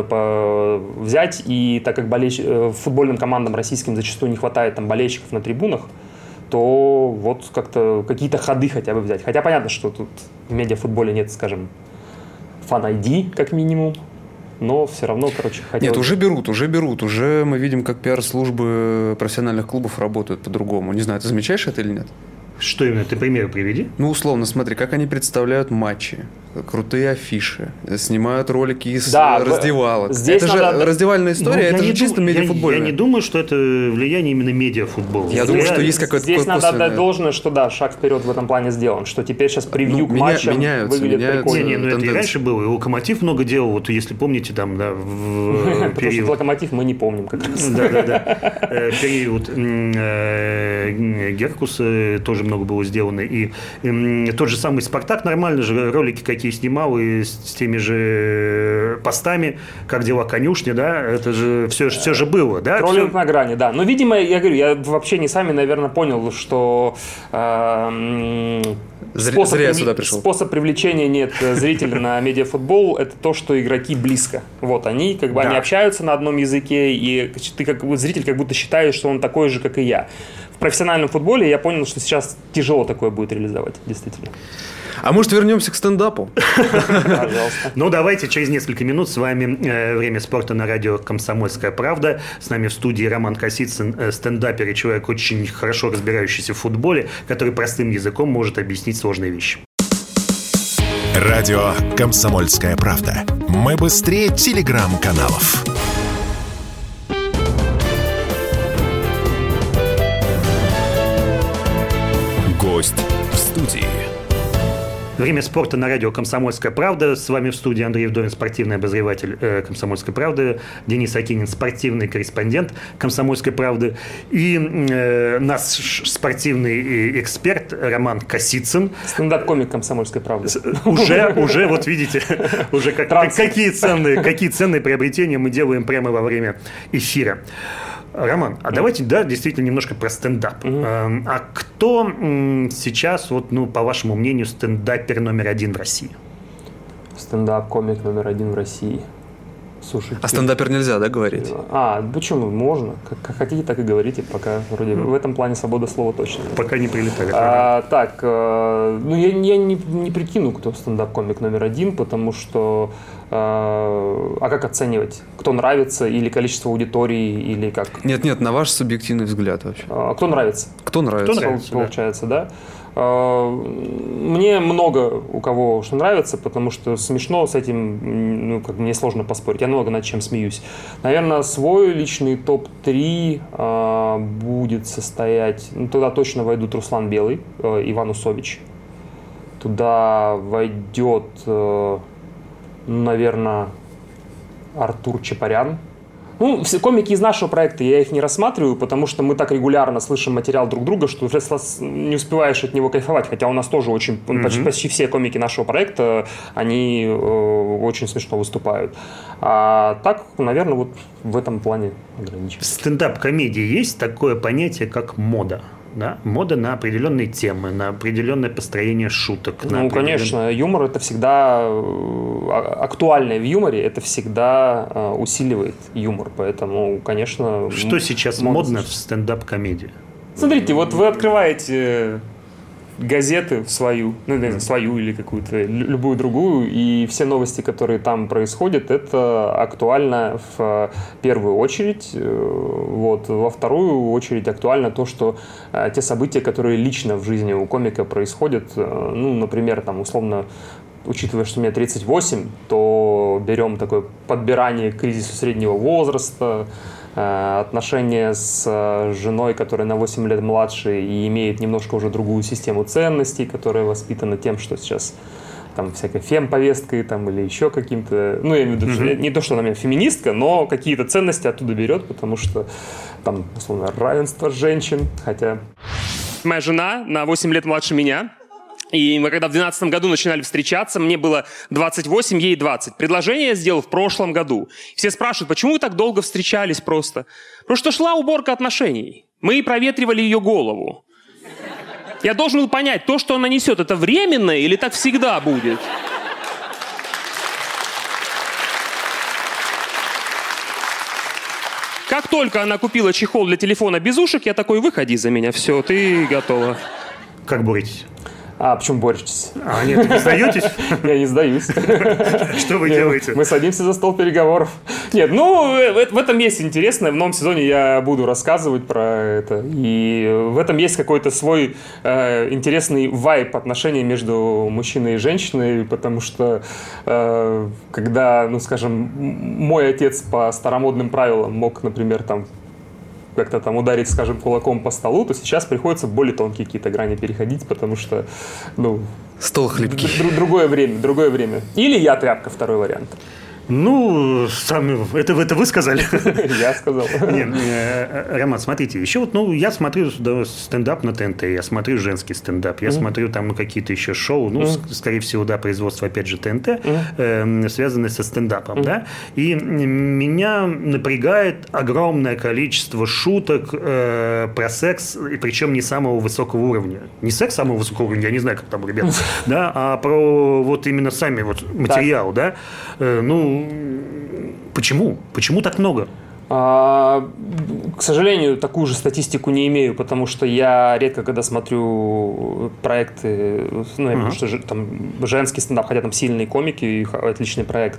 взять. И так как футбольным командам российским зачастую не хватает там болельщиков на трибунах, то вот как-то какие-то ходы хотя бы взять. Хотя понятно, что тут в медиафутболе нет, скажем, фан-ID как минимум, но все равно, хотелось... Нет, уже берут. Уже мы видим, как пиар-службы профессиональных клубов работают по-другому. Не знаю, ты замечаешь это или нет? Что именно? Ты примеры приведи. Ну, условно, смотри, как они представляют матчи, крутые афиши, снимают ролики из раздевалок. Здесь это же раздевальная история, это же чисто медиафутбольная. Я не думаю, что это влияние именно медиафутбола. Я думаю, что есть какое-то здесь надо отдать должное, что да, шаг вперед в этом плане сделан, что теперь сейчас превью к матчам выглядит прикольно. Ну это и раньше было, и Локомотив много делал, вот если помните, там, да, в Потому что Локомотив мы не помним как раз. Да. Период Геркуса тоже много было сделано. И тот же самый «Спартак» нормально же ролики какие снимал, и с теми же постами, как дела конюшни, да, это же все же было, да? Троллинг на грани, да. Но, видимо, я говорю, я в общении сами, наверное, понял, что способ привлечения зрителя на медиафутбол – это то, что игроки близко. Вот, они они общаются на одном языке, и ты как зритель как будто считаешь, что он такой же, как и я. В профессиональном футболе я понял, что сейчас тяжело такое будет реализовать, действительно. А может, вернемся к стендапу? Пожалуйста. Ну, давайте через несколько минут. С вами «Время спорта» на радио «Комсомольская правда». С нами в студии Роман Косицын, стендапер и человек, очень хорошо разбирающийся в футболе, который простым языком может объяснить сложные вещи. Радио «Комсомольская правда». Мы быстрее телеграм-каналов. Гость в студии. Время спорта на радио «Комсомольская правда». С вами в студии Андрей Вдовин, спортивный обозреватель «Комсомольской правды», Денис Акинин, спортивный корреспондент «Комсомольской правды», и наш спортивный эксперт Роман Косицын. Стендап-комик «Комсомольской правды». Уже, вот видите, уже какие ценные приобретения мы делаем прямо во время эфира. Роман, а давайте, действительно немножко про стендап. А кто сейчас, по вашему мнению, стендапер номер один в России? Стендап-комик номер один в России. Слушайте. А стендапер нельзя, да, говорить? Почему? Можно. Как хотите, так и говорите. Пока вроде в этом плане свобода слова точно. Пока не прилетает. Я не прикину, кто стендап-комик номер один, потому что как оценивать? Кто нравится, или количество аудитории, или как? Нет, на ваш субъективный взгляд вообще. Кто нравится? Кто нравится, получается, да. Мне много у кого что нравится, потому что смешно с этим, мне сложно поспорить. Я много над чем смеюсь. Наверное, свой личный топ-3 будет состоять... Туда точно войдут Руслан Белый, Иван Усович. Туда войдет, наверное, Артур Чапарян. Все комики из нашего проекта, я их не рассматриваю, потому что мы так регулярно слышим материал друг друга, что уже не успеваешь от него кайфовать. Хотя у нас тоже почти все комики нашего проекта, они очень смешно выступают. А так, наверное, вот в этом плане ограничиваюсь. В стендап-комедии есть такое понятие, как мода? Да? Мода на определенные темы, на определенное построение шуток. Конечно, юмор это всегда актуальное в юморе, это всегда усиливает юмор, поэтому, конечно... Что сейчас модно в стендап-комедии? Смотрите, вот вы открываете газеты свою или какую-то любую другую, и все новости, которые там происходят, это актуально в первую очередь. Во вторую очередь актуально то, что те события, которые лично в жизни у комика происходят, например, условно, учитывая, что мне 38, то берем такое подбирание к кризису среднего возраста, отношения с женой, которая на 8 лет младше и имеет немножко уже другую систему ценностей, которая воспитана тем, что сейчас там всякой фем-повесткой или еще каким-то... я имею в виду, что не то, что она феминистка, но какие-то ценности оттуда берет, потому что там, условно, равенство женщин, хотя... Моя жена на 8 лет младше меня. И мы когда в 2012 году начинали встречаться, мне было 28, ей 20. Предложение я сделал в прошлом году. Все спрашивают, почему вы так долго встречались просто? Потому что шла уборка отношений. Мы проветривали ее голову. Я должен был понять, то, что она несет, это временно или так всегда будет? Как только она купила чехол для телефона без ушек, я такой, выходи за меня, все, ты готова. Как боретесь? А почему боретесь? Нет, вы сдаетесь? Я не сдаюсь. Что вы делаете? Мы садимся за стол переговоров. Нет, в этом есть интересное. В новом сезоне я буду рассказывать про это. И в этом есть какой-то свой интересный вайб отношений между мужчиной и женщиной, потому что когда, скажем, мой отец по старомодным правилам мог, например, как-то ударить, скажем, кулаком по столу, то сейчас приходится более тонкие какие-то грани переходить, потому что, стол хлипкий. Другое время. Или я тряпка, второй вариант. Это вы сказали? Я сказал. Роман, смотрите, еще я смотрю стендап на ТНТ, я смотрю женский стендап, я смотрю какие-то еще шоу, скорее всего, производство, опять же, ТНТ, связанное со стендапом, да, и меня напрягает огромное количество шуток про секс, и причем не самого высокого уровня. Не секс самого высокого уровня, я не знаю, как там, ребята, да, а про именно сами материал, да, почему? Почему так много? К сожалению, такую же статистику не имею, потому что я редко, когда смотрю проекты, я думаю, что там женский стендап, хотя там сильные комики, их отличный проект,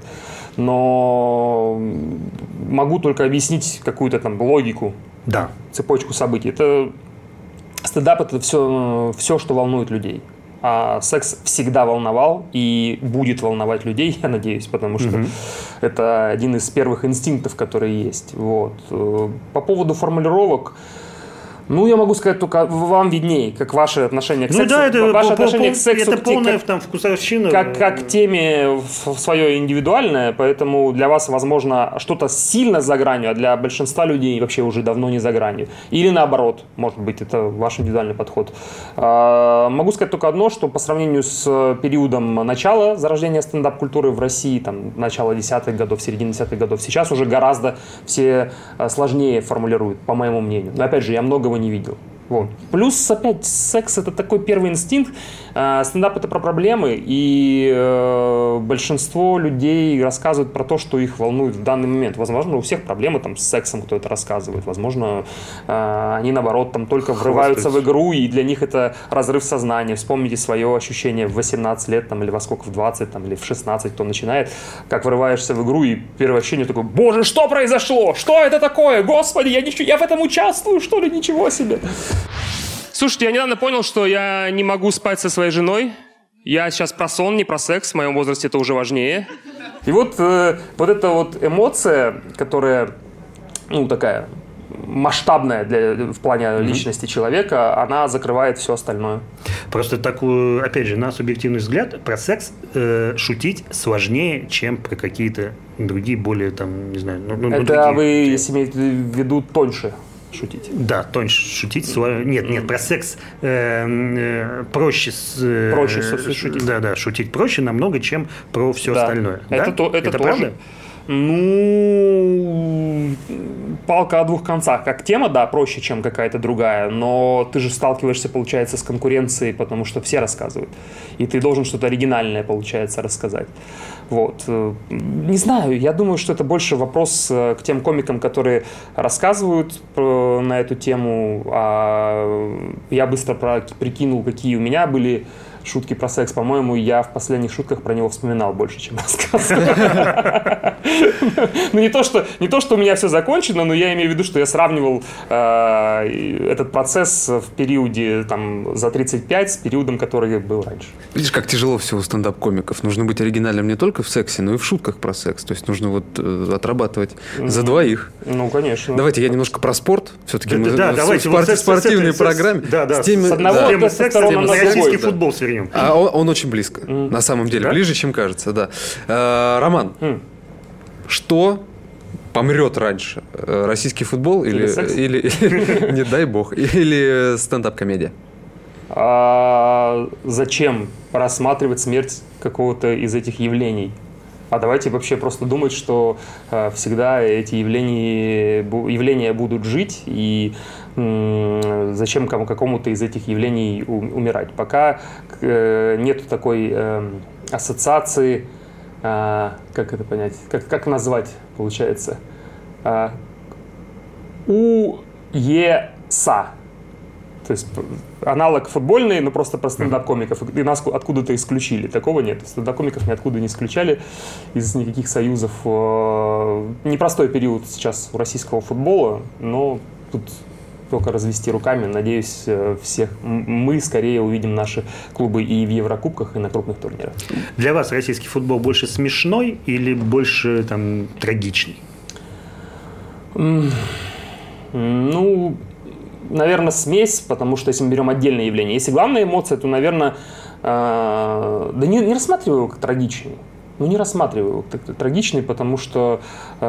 но могу только объяснить какую-то логику, цепочку событий. Стендап – это все, что волнует людей. А секс всегда волновал и будет волновать людей, я надеюсь, потому что это один из первых инстинктов, которые есть. По поводу формулировок, я могу сказать только вам виднее, как ваше отношение к сексу. Ваше отношение к сексу это полная вкусовщина. Как к теме свое индивидуальное, поэтому для вас, возможно, что-то сильно за гранью, а для большинства людей вообще уже давно не за гранью. Или наоборот, может быть, это ваш индивидуальный подход. Могу сказать только одно, что по сравнению с периодом начала зарождения стендап-культуры в России, начало 10-х годов, середины 10-х годов, сейчас уже гораздо все сложнее формулируют, по моему мнению. Но опять же, я многого не видел. Плюс, опять, секс – это такой первый инстинкт. Стендап – это про проблемы, и большинство людей рассказывают про то, что их волнует в данный момент. Возможно, у всех проблемы с сексом кто-то рассказывает. Возможно, они, наоборот, только врываются в игру, и для них это разрыв сознания. Вспомните свое ощущение в 18 лет, или во сколько, в 20, или в 16, кто начинает, как врываешься в игру, и первое ощущение такое: «Боже, что произошло? Что это такое? Господи, я в этом участвую, что ли? Ничего себе!» Слушайте, я недавно понял, что я не могу спать со своей женой. Я сейчас про сон, не про секс. В моем возрасте это уже важнее. И эта эмоция, которая, такая масштабная в плане личности человека, она закрывает все остальное. Просто опять же, на субъективный взгляд, про секс шутить сложнее, чем про какие-то другие, более не знаю... Это вы, если имеете в виду, тоньше шутить. Да, тоньше шутить. Нет, про секс проще шутить. Да, шутить проще намного, чем про все остальное. Это тоже. Правда? Палка о двух концах. Как тема, да, проще, чем какая-то другая, но ты же сталкиваешься, получается, с конкуренцией, потому что все рассказывают. И ты должен что-то оригинальное, получается, рассказать. Не знаю, я думаю, что это больше вопрос к тем комикам, которые рассказывают на эту тему. Я быстро прикинул, какие у меня были шутки про секс. По-моему, я в последних шутках про него вспоминал больше, чем рассказывал. Не то, что у меня все закончено, но я имею в виду, что я сравнивал этот процесс в периоде за 35 с периодом, который был раньше. Видишь, как тяжело все у стендап-комиков. Нужно быть оригинальным не только в сексе, но и в шутках про секс. То есть нужно отрабатывать за двоих. Конечно. Давайте я немножко про спорт. Все-таки мы в спортивной программе. С одного секса на российский футбол свернем. А он очень близко. На самом деле. Ближе, чем кажется, да. Роман, что помрет раньше? Российский футбол или не дай бог, или стендап-комедия? Зачем рассматривать смерть какого-то из этих явлений? А давайте вообще просто думать, что всегда эти явления будут жить, и зачем какому-то из этих явлений умирать. Пока нет такой ассоциации, как это понять, как назвать, получается, УЕСА. То есть аналог футбольный, но просто про стендап-комиков. И нас откуда-то исключили. Такого нет. Стендап-комиков ниоткуда не исключали из никаких союзов. Непростой период сейчас у российского футбола, но тут только развести руками. Надеюсь, мы скорее увидим наши клубы и в Еврокубках, и на крупных турнирах. Для вас российский футбол больше смешной или больше там трагичный? Наверное, смесь, потому что если мы берем отдельные явления. Если главная эмоция, то, наверное, не рассматриваю его как трагичный. Не рассматриваю его как трагичный, потому что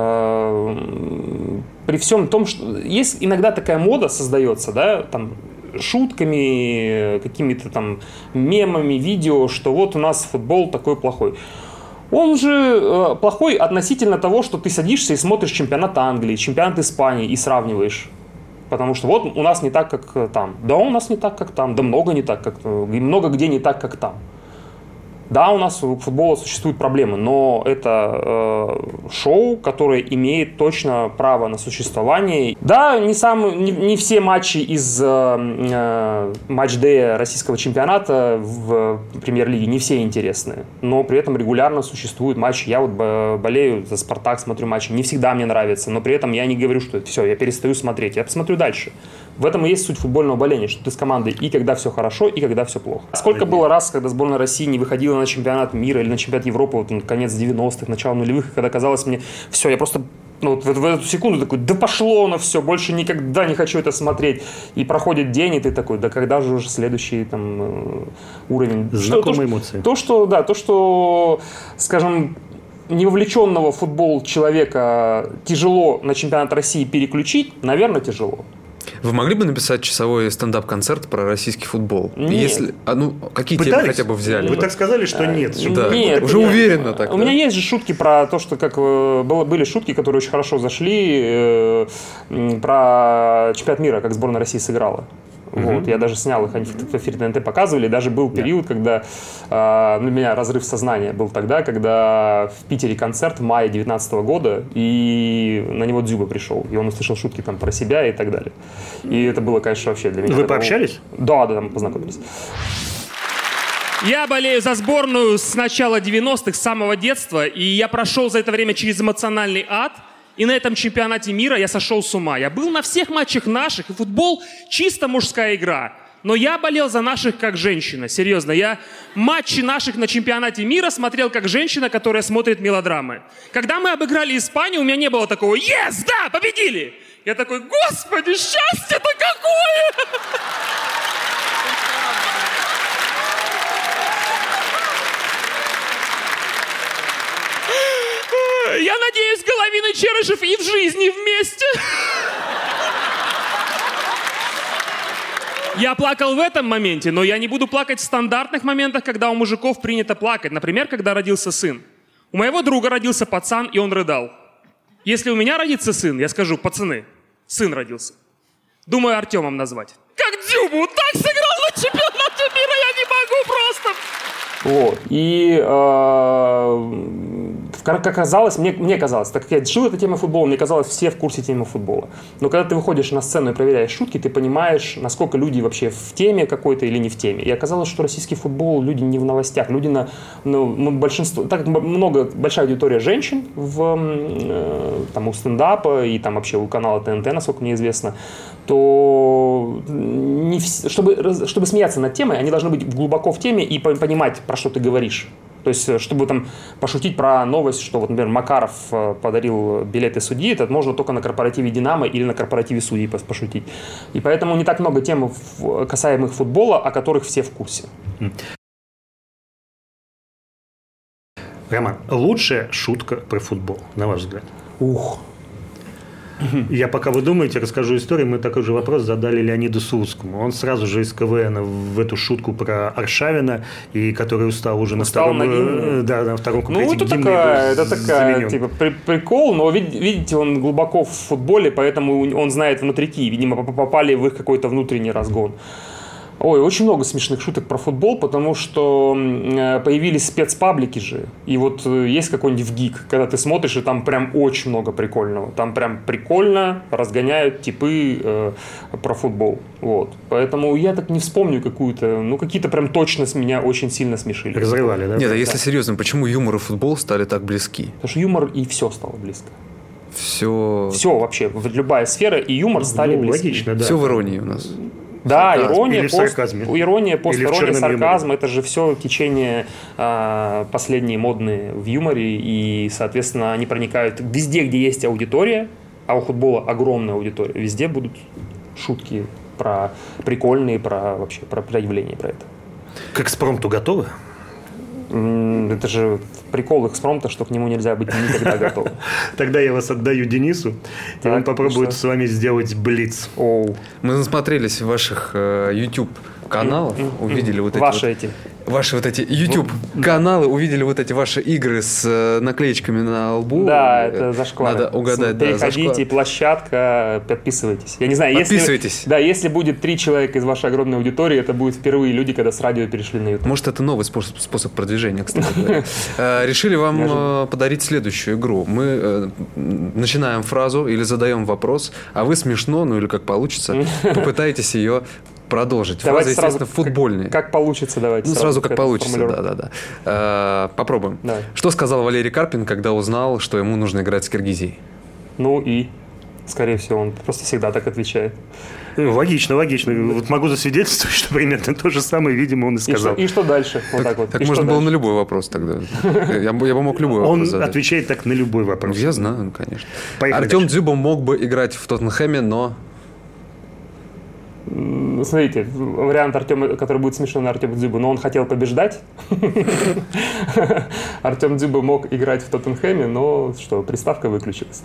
при всем том, что есть иногда такая мода создается, да, там, шутками, какими-то там мемами, видео, что вот у нас футбол такой плохой. Он же плохой относительно того, что ты садишься и смотришь чемпионат Англии, чемпионат Испании и сравниваешь. Потому что вот у нас не так, как там. Да, у нас не так, как там. Да, много не так, как там. И много где не так, как там. Да, у нас у футбола существуют проблемы, но это шоу, которое имеет точно право на существование. Да, не все матчи из матч-дэя российского чемпионата в премьер-лиге, не все интересны, но при этом регулярно существуют матчи. Я вот болею за «Спартак», смотрю матчи, не всегда мне нравится, но при этом я не говорю, что все, я перестаю смотреть, я посмотрю дальше. В этом и есть суть футбольного боления, что ты с командой и когда все хорошо, и когда все плохо. Сколько было раз, когда сборная России не выходила на чемпионат мира или на чемпионат Европы, вот, конец 90-х, начало нулевых, когда казалось мне, все, я просто в эту секунду такой, да пошло оно все, больше никогда не хочу это смотреть. И проходит день, и ты такой, да когда же уже следующий там уровень. Знакомые эмоции. То, что, скажем, невовлеченного в футбол человека тяжело на чемпионат России переключить, наверное, тяжело. Вы могли бы написать часовой стендап-концерт про российский футбол? Нет. Если, какие темы хотя бы взяли? Вы так сказали, что нет. Да. Нет, уже уверенно так. У меня есть же шутки про то, что были шутки, которые очень хорошо зашли, про чемпионат мира, как сборная России сыграла. Вот, я даже снял их, они в эфире ТНТ показывали. Даже был период, когда у меня разрыв сознания был тогда, когда в Питере концерт в мае 2019 года, и на него Дзюба пришел. И он услышал шутки там про себя и так далее. И это было, конечно, вообще для меня... Вы пообщались? Да, мы познакомились. Я болею за сборную с начала 90-х, с самого детства, и я прошел за это время через эмоциональный ад. И на этом чемпионате мира я сошел с ума. Я был на всех матчах наших, и футбол чисто мужская игра. Но я болел за наших как женщина, серьезно. Я матчи наших на чемпионате мира смотрел как женщина, которая смотрит мелодрамы. Когда мы обыграли Испанию, у меня не было такого «Yes, да, победили!» Я такой «Господи, счастье-то какое!» Я надеюсь, Головин и Черышев и в жизни вместе. Я плакал в этом моменте, но я не буду плакать в стандартных моментах, когда у мужиков принято плакать. Например, когда родился сын. У моего друга родился пацан, и он рыдал. Если у меня родится сын, я скажу: пацаны, сын родился. Думаю, Артемом назвать. Как Дзюбу, так сыграл на чемпионате мира, я не могу просто. Вот. И как оказалось, мне казалось, так как я жил этой темой футбола, мне казалось, все в курсе темы футбола. Но когда ты выходишь на сцену и проверяешь шутки, ты понимаешь, насколько люди вообще в теме какой-то или не в теме. И оказалось, что российский футбол, люди не в новостях, люди большинство, так большая аудитория женщин у стендапа и там вообще у канала ТНТ, насколько мне известно, то чтобы смеяться над темой, они должны быть глубоко в теме и понимать, про что ты говоришь. То есть, чтобы там пошутить про новость, что, вот, например, Макаров подарил билеты судьи, это можно только на корпоративе «Динамо» или на корпоративе судей пошутить. И поэтому не так много тем, касаемых футбола, о которых все в курсе. Роман, лучшая шутка про футбол, на ваш взгляд? Я, пока вы думаете, расскажу историю. Мы такой же вопрос задали Леониду Слуцкому. Он сразу же из КВН в эту шутку про Аршавина, и который устал уже на втором куплете гимна. Это такая типа прикол, но видите, он глубоко в футболе, поэтому он знает внутрики. Видимо, попали в их какой-то внутренний разгон. Ой, очень много смешных шуток про футбол, потому что появились спецпаблики же. И вот есть какой-нибудь ВГИК, когда ты смотришь, и там прям очень много прикольного. Там прям прикольно разгоняют типы про футбол. Вот. Поэтому я так не вспомню какую-то, какие-то прям точно с меня очень сильно смешили. Разрывали, да? Нет, а если серьезно, почему юмор и футбол стали так близки? Потому что юмор и все стало близко. Все вообще, любая сфера и юмор стали близки. Логично, да. Все в иронии у нас. Да, Сарказм. ирония, постирония, сарказм, юморе. это же все течения последние модные в юморе, и, соответственно, они проникают везде, где есть аудитория, а у футбола огромная аудитория, везде будут шутки про прикольные, про явления, про это. К экспромту готовы? Это же прикол экспромта, что к нему нельзя быть никогда готовым. Тогда я вас отдаю Денису, и он попробует с вами сделать блиц. Оу. Мы насмотрелись ваших YouTube каналов, увидели вот эти ваши вот эти YouTube-каналы, увидели вот эти ваши игры с наклеечками на лбу. Да, это зашквар. Надо угадать. Переходите, площадка, подписывайтесь. Я не знаю, подписывайтесь. Если будет 3 человека из вашей огромной аудитории, это будет впервые люди, когда с радио перешли на YouTube. Может, это новый способ продвижения, кстати. Решили вам подарить следующую игру. Мы начинаем фразу или задаем вопрос, а вы смешно, или как получится, попытаетесь ее продолжить. Давайте Фраза, естественно, футбольная. Как получится, давайте. Сразу как получится, да. Попробуем. Давай. Что сказал Валерий Карпин, когда узнал, что ему нужно играть с Киргизией? Скорее всего, он просто всегда так отвечает. Логично. Вот могу засвидетельствовать, что примерно то же самое, видимо, он и сказал. И что дальше? Так можно было на любой вопрос тогда. Я бы мог любой вопрос задать. Он отвечает так на любой вопрос. Я знаю, конечно. Поехали Артем дальше. Дзюба мог бы играть в Тоттенхэме, но... Смотрите, вариант Артема, который будет смешной на Артема Дзюбу, но он хотел побеждать. Артем Дзюба мог играть в Тоттенхэме, но приставка выключилась.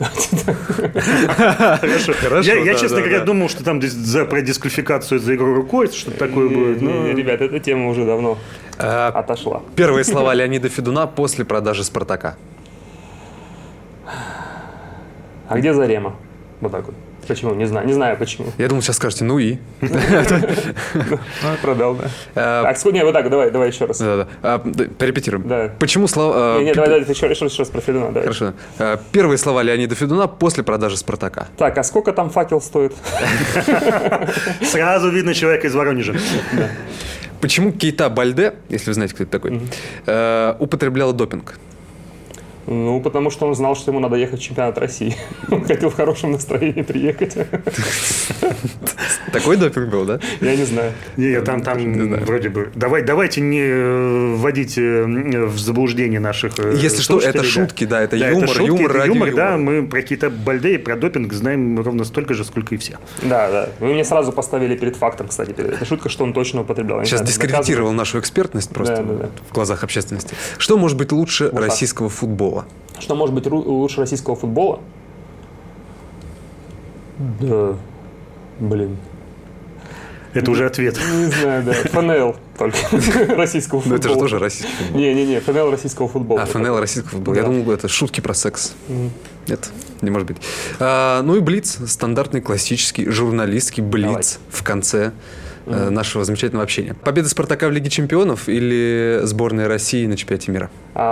Хорошо. Я, честно говоря, думал, что там про дисквалификацию за игру рукой, что-то такое будет. Ребят, эта тема уже давно отошла. Первые слова Леонида Федуна после продажи «Спартака». А где Зарема? Вот так вот. Почему? Не знаю почему. Я думал, сейчас скажете, Продал, да. Вот так, давай еще раз. Да. Перепетируем. Да. Почему слова... Давай, еще раз про Федуна. Давай. Хорошо. Первые слова Леонида Федуна после продажи «Спартака». Так, а сколько там факел стоит? Сразу видно человека из Воронежа. Почему Кейта Бальде, если вы знаете, кто это такой, употреблял допинг? Потому что он знал, что ему надо ехать в чемпионат России. Он хотел в хорошем настроении приехать. Такой допинг был, да? Я не знаю. Там вроде бы... Давайте не вводить в заблуждение наших Если что, это шутки, да, это юмор ради юмора. Да, мы про Кейта Бальде и про допинг знаем ровно столько же, сколько и все. Да. Вы мне сразу поставили перед фактом, кстати. Это шутка, что он точно употреблял. Сейчас дискредитировал нашу экспертность просто в глазах общественности. Что может быть лучше российского футбола? Что может быть лучше российского футбола? Да, Это уже ответ. Не знаю, да. ФНЛ только российского футбола. Это же тоже российский футбол. Не, ФНЛ российского футбола. ФНЛ российского футбола. Я думал, это шутки про секс. Нет, не может быть. И блиц. Стандартный, классический, журналистский блиц в конце нашего замечательного общения. Победа «Спартака» в Лиге чемпионов или сборная России на чемпионате мира?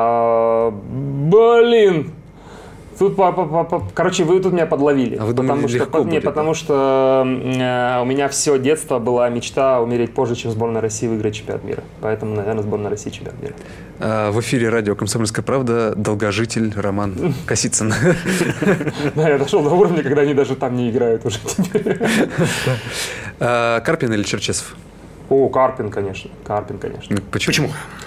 Тут, вы тут меня подловили. А вы думали, легко будет? Потому что у меня все детство была мечта умереть позже, чем сборная России выиграть чемпионат мира. Поэтому, наверное, сборная России чемпионат мира. В эфире радио «Комсомольская правда» долгожитель Роман Косицын. Да, я дошел до уровня, когда они даже там не играют уже теперь. Карпин или Черчесов? Карпин, конечно. Почему?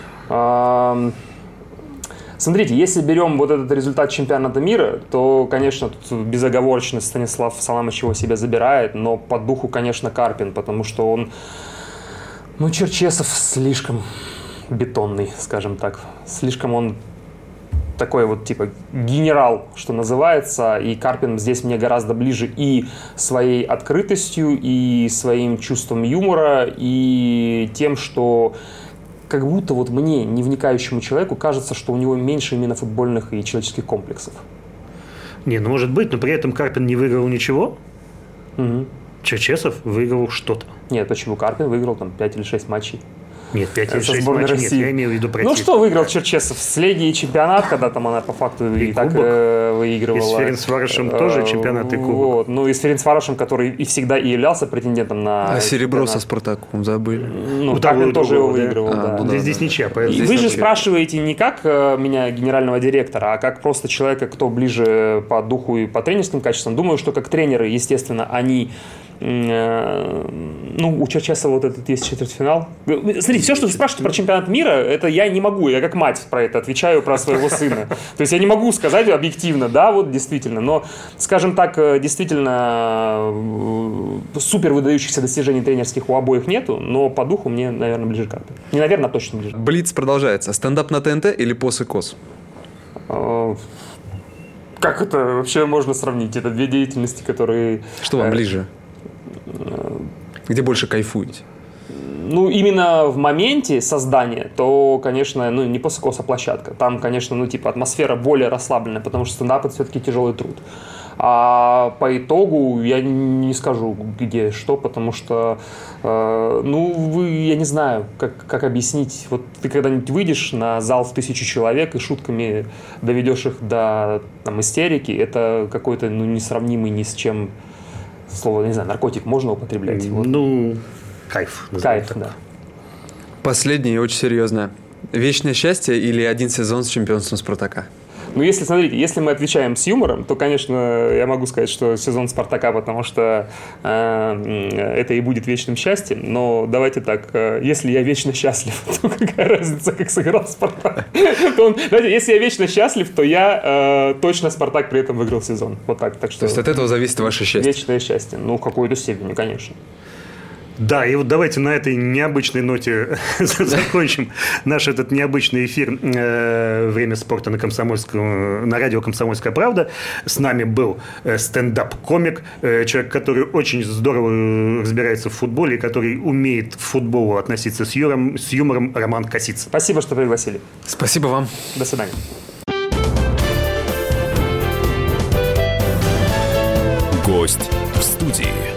Смотрите, если берем вот этот результат чемпионата мира, то, конечно, тут безоговорочно Станислав Саламович его себе забирает, но по духу, конечно, Карпин, потому что он, Черчесов слишком бетонный, скажем так, слишком он такой вот типа генерал, что называется, и Карпин здесь мне гораздо ближе и своей открытостью, и своим чувством юмора, и тем, что как будто вот мне, не вникающему человеку, кажется, что у него меньше именно футбольных и человеческих комплексов. Может быть, но при этом Карпин не выиграл ничего. Черчесов выиграл что-то. Нет, почему? Карпин выиграл там 5 или 6 матчей. Нет, 5 или 6 матчей нет, я имею в виду против. Ну что выиграл Черчесов? С Легией чемпионат, когда там она по факту и так выигрывала. И с Ференцварашем тоже чемпионат и кубок. Вот. Ну и с Ференцварашем, который и всегда и являлся претендентом на серебро чемпионат. со Спартаком забыли. Ну, Карпин тоже его выигрывал. Да. Здесь ничья. И вы же спрашиваете не как меня, генерального директора, а как просто человека, кто ближе по духу и по тренерским качествам. Думаю, что как тренеры, естественно, они... Ну, у Черчесова вот этот есть четвертьфинал. Смотрите, все, что вы спрашиваете про чемпионат мира, это я не могу, я как мать про это отвечаю, про своего сына. То есть я не могу сказать объективно, да, вот действительно, но, скажем так, действительно супер выдающихся достижений тренерских у обоих нету, но по духу мне, наверное, ближе Карпин. Не, наверное, точно ближе. Блиц продолжается. Стендап на ТНТ или Пос и Кос? Как это вообще можно сравнить? Это две деятельности, которые... Что вам ближе? Где больше кайфуете? Ну, именно в моменте создания, то, конечно, ну, не Пос и Кос, а площадка. Там, конечно, ну, типа, атмосфера более расслабленная, потому что стендап – это все-таки тяжелый труд. А по итогу я не скажу, где что, потому что, я не знаю, как объяснить. Вот ты когда-нибудь выйдешь на зал в 1000 человек и шутками доведешь их до там, истерики, это какой-то несравнимый ни с чем, слово, не знаю, наркотик можно употреблять? Ну, кайф. Кайф, да. Последнее и очень серьезное. Вечное счастье или один сезон с чемпионством Спартака? Ну, если, смотрите, если мы отвечаем с юмором, то, конечно, я могу сказать, что сезон Спартака, потому что это и будет вечным счастьем. Но давайте так, если я вечно счастлив, то какая разница, как сыграл Спартак? Знаете, если я вечно счастлив, то я точно Спартак при этом выиграл сезон. Вот так. То есть от этого зависит ваше счастье? Вечное счастье. Ну, в какой-то степени, конечно. Да, и вот давайте на этой необычной ноте закончим наш этот необычный эфир «Время спорта» на радио «Комсомольская правда». С нами был стендап-комик, человек, который очень здорово разбирается в футболе и который умеет к футболу относиться с юмором, Роман Косица. Спасибо, что пригласили. Спасибо вам. До свидания. Гость в студии.